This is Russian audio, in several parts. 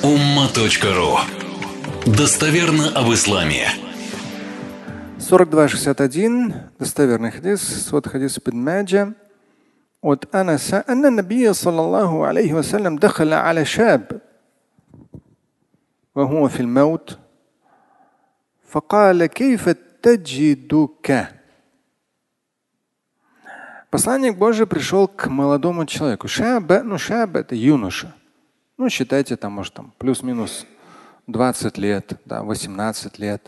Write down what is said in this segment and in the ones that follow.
umma.ru. Достоверно об исламе. 42.61. Достоверный хадис. Свод хадис Ибн Маджа. От Анаса. Анна Набия саллаллаху алейхи вассалям дахаля аля шаб. وهو في الموت فقال كيف تجدك. Посланник Божий пришел к молодому человеку. Шаб это юноша. Считайте, может, плюс-минус 20 лет, 18 лет.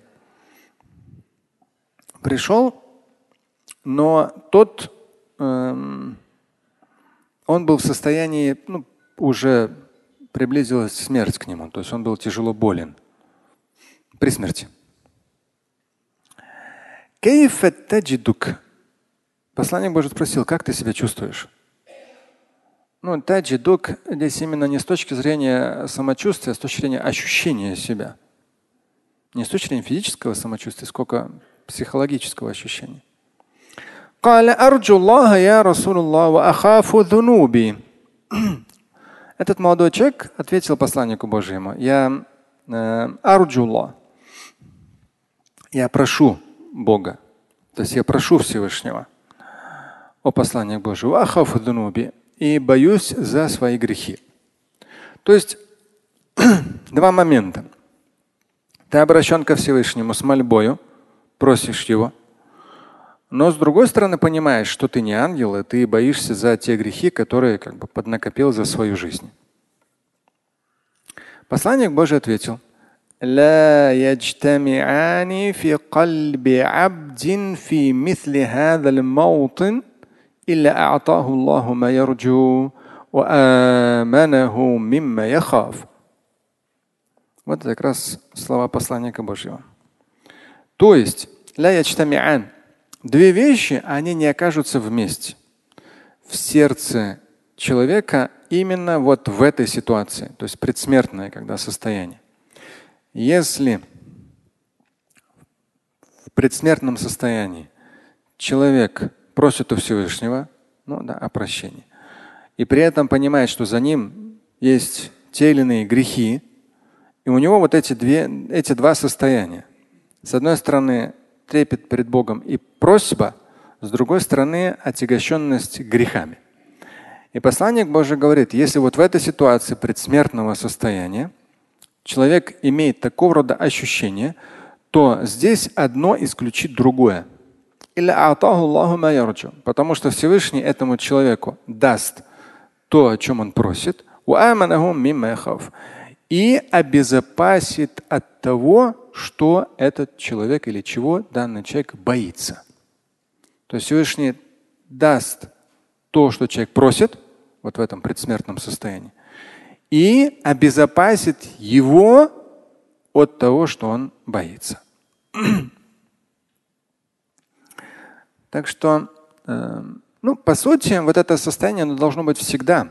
Пришел, но тот, он был в состоянии, уже приблизилась смерть к нему. То есть он был тяжело болен при смерти. Кейфа таджидук. Посланник Божий спросил, как ты себя чувствуешь? Таджидук здесь именно не с точки зрения самочувствия, а с точки зрения ощущения себя. Не с точки зрения физического самочувствия, сколько психологического ощущения. Этот молодой человек ответил посланнику Божьему: я арджуллах, я прошу Бога, то есть я прошу Всевышнего, о посланник Божий, и боюсь за свои грехи. То есть два момента. Ты обращен ко Всевышнему с мольбою, просишь его, но с другой стороны понимаешь, что ты не ангел, и ты боишься за те грехи, которые поднакопил за свою жизнь. Посланник Божий ответил: لا يجتمعان في قلب عبد في مثل هذا الموطن إلا أعطاه الله ما يرجو وآمنه مما يخاف. Вот это как раз слова посланника Божьего. То есть, لا يجتمعان. Две вещи, они не окажутся вместе в сердце человека именно вот в этой ситуации, то есть предсмертное состояние. Если в предсмертном состоянии человек просит у Всевышнего о прощении, и при этом понимает, что за ним есть те или иные грехи, и у него эти два состояния. С одной стороны, трепет перед Богом и просьба, с другой стороны, отягощенность грехами. И посланник Божий говорит, если в этой ситуации предсмертного состояния человек имеет такого рода ощущения, то здесь одно исключит другое. Потому что Всевышний этому человеку даст то, о чем он просит, и обезопасит от того, что этот человек или чего данный человек боится. То есть Всевышний даст то, что человек просит, в этом предсмертном состоянии, и обезопасит его от того, что он боится. Так что, по сути, это состояние должно быть всегда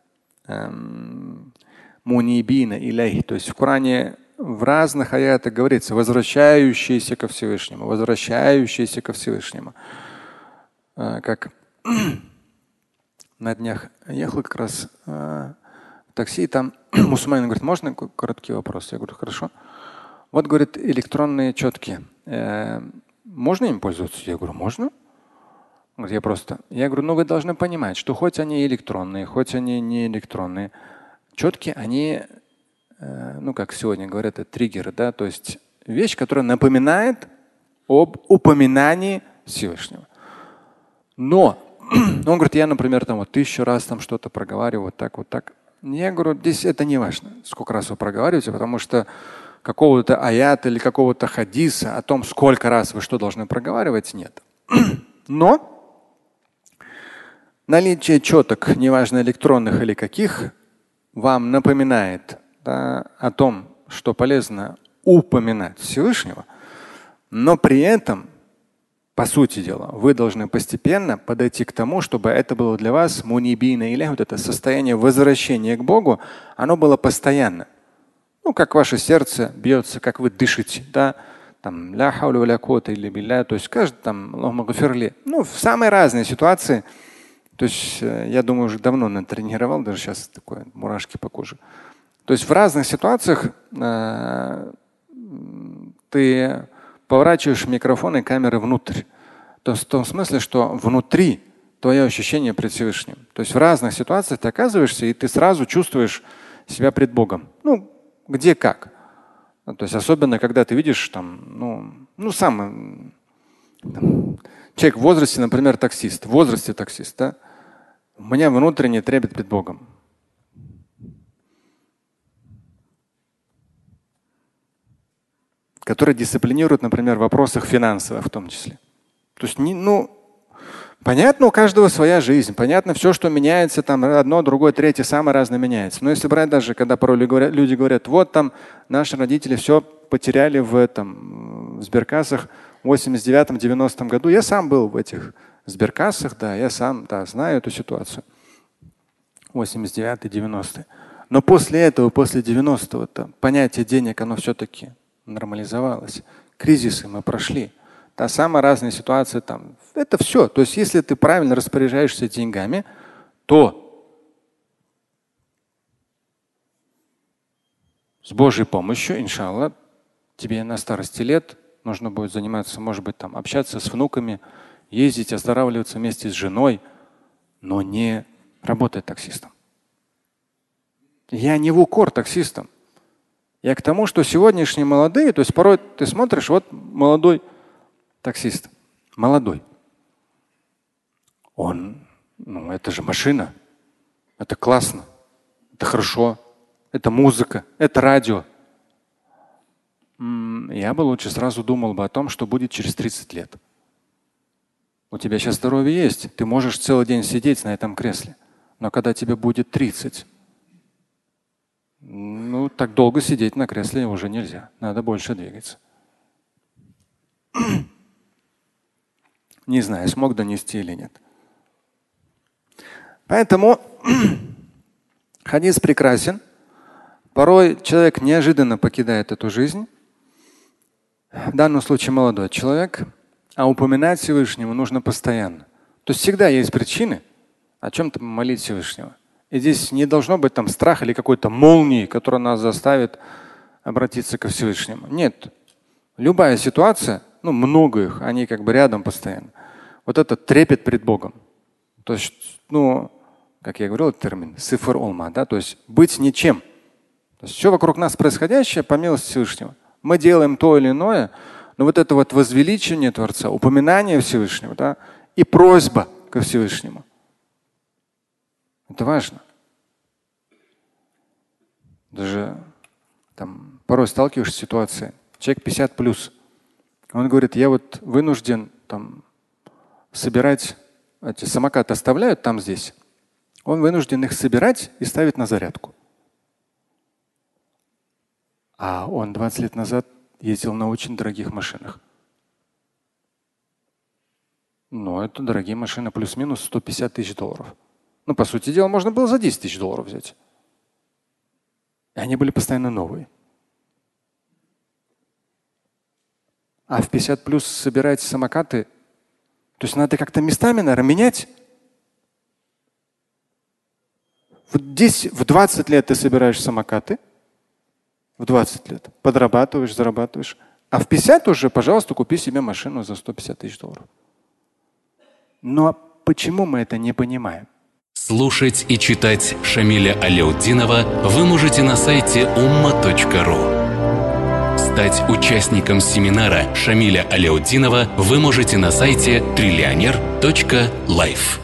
мунибина илейхи. То есть в Коране в разных аятах говорится возвращающиеся ко Всевышнему, возвращающиеся ко Всевышнему. Как на днях ехал как раз в такси, и там мусульманин говорит, можно короткий вопрос? Я говорю, хорошо. Вот, говорит, электронные четки. Можно им пользоваться? Я говорю, можно. Я говорю, вы должны понимать, что хоть они электронные, хоть они не электронные, четки, они, как сегодня говорят, это триггеры, то есть вещь, которая напоминает об упоминании Всевышнего. Но он говорит, я, например, 1000 раз что-то проговариваю, вот так. Я говорю, здесь это не важно, сколько раз вы проговариваете, потому что какого-то аята или какого-то хадиса о том, сколько раз вы что должны проговаривать, нет. Но наличие четок, неважно электронных или каких, вам напоминает о том, что полезно упоминать Всевышнего, но при этом, по сути дела, вы должны постепенно подойти к тому, чтобы это было для вас мунибина или это состояние возвращения к Богу, оно было постоянно. Как ваше сердце бьется, как вы дышите, ля хауля ва ля куата илля билля, то есть каждый Аллахумма гафирли. В самые разные ситуации. То есть я думаю, уже давно натренировал, даже сейчас такое мурашки по коже. То есть в разных ситуациях ты поворачиваешь микрофон и камеры внутрь. То есть в том смысле, что внутри твое ощущение пред Всевышним. То есть в разных ситуациях ты оказываешься, и ты сразу чувствуешь себя пред Богом. Ну, где как. То есть особенно, когда ты видишь там, человек в возрасте, например, таксист. В возрасте таксист, да? У меня внутренне трепет пред Богом. Который дисциплинирует, например, в вопросах финансовых в том числе. То есть, понятно, у каждого своя жизнь. Понятно, все, что меняется, там одно, другое, третье, самое разное меняется. Но если брать даже, когда порой люди говорят, вот там наши родители все потеряли в сберкассах в 89-90 году. Я сам был в этих сберкассах, да, я сам знаю эту ситуацию. 89-90. Но после этого, после 90-го, понятие денег, оно все-таки нормализовалось. Кризисы мы прошли. Та самая разная ситуация там. Это все. То есть если ты правильно распоряжаешься деньгами, то с Божьей помощью, иншаллах, тебе на старости лет нужно будет заниматься, может быть, общаться с внуками, ездить, оздоравливаться вместе с женой, но не работать таксистом. Я не в укор таксистам. Я к тому, что сегодняшние молодые, то есть порой ты смотришь, вот молодой таксист, молодой. Это же машина. Это классно. Это хорошо. Это музыка. Это радио. Я бы лучше сразу думал бы о том, что будет через 30 лет. У тебя сейчас здоровье есть. Ты можешь целый день сидеть на этом кресле. Но когда тебе будет 30, так долго сидеть на кресле уже нельзя. Надо больше двигаться. Не знаю, смог донести или нет. Поэтому хадис прекрасен. Порой человек неожиданно покидает эту жизнь. В данном случае молодой человек. А упоминать Всевышнему нужно постоянно. То есть всегда есть причины о чем-то молить Всевышнего. И здесь не должно быть страха или какой-то молнии, которая нас заставит обратиться ко Всевышнему. Нет. Любая ситуация, много их, они рядом постоянно. Вот этот трепет пред Богом. То есть, как я говорил, термин сифр олма, да, то есть быть ничем. То есть все вокруг нас происходящее по милости Всевышнего. Мы делаем то или иное, но вот это возвеличивание Творца, упоминание Всевышнего, да, и просьба ко Всевышнему. Это важно. Даже порой сталкиваешься с ситуацией. Человек 50+. Он говорит, я вынужден собирать, эти самокаты оставляют там здесь. Он вынужден их собирать и ставить на зарядку. А он 20 лет назад ездил на очень дорогих машинах. Это дорогие машины, плюс-минус 150 тысяч долларов. По сути дела, можно было за 10 тысяч долларов взять. И они были постоянно новые. А в 50+ собирать самокаты, то есть надо как-то местами, наверное, менять. В 20 лет ты собираешь самокаты, в 20 лет подрабатываешь, зарабатываешь. А в 50 уже, пожалуйста, купи себе машину за 150 тысяч долларов. Но почему мы это не понимаем? Слушать и читать Шамиля Аляутдинова вы можете на сайте umma.ru. Стать участником семинара Шамиля Аляутдинова вы можете на сайте trillioner.life.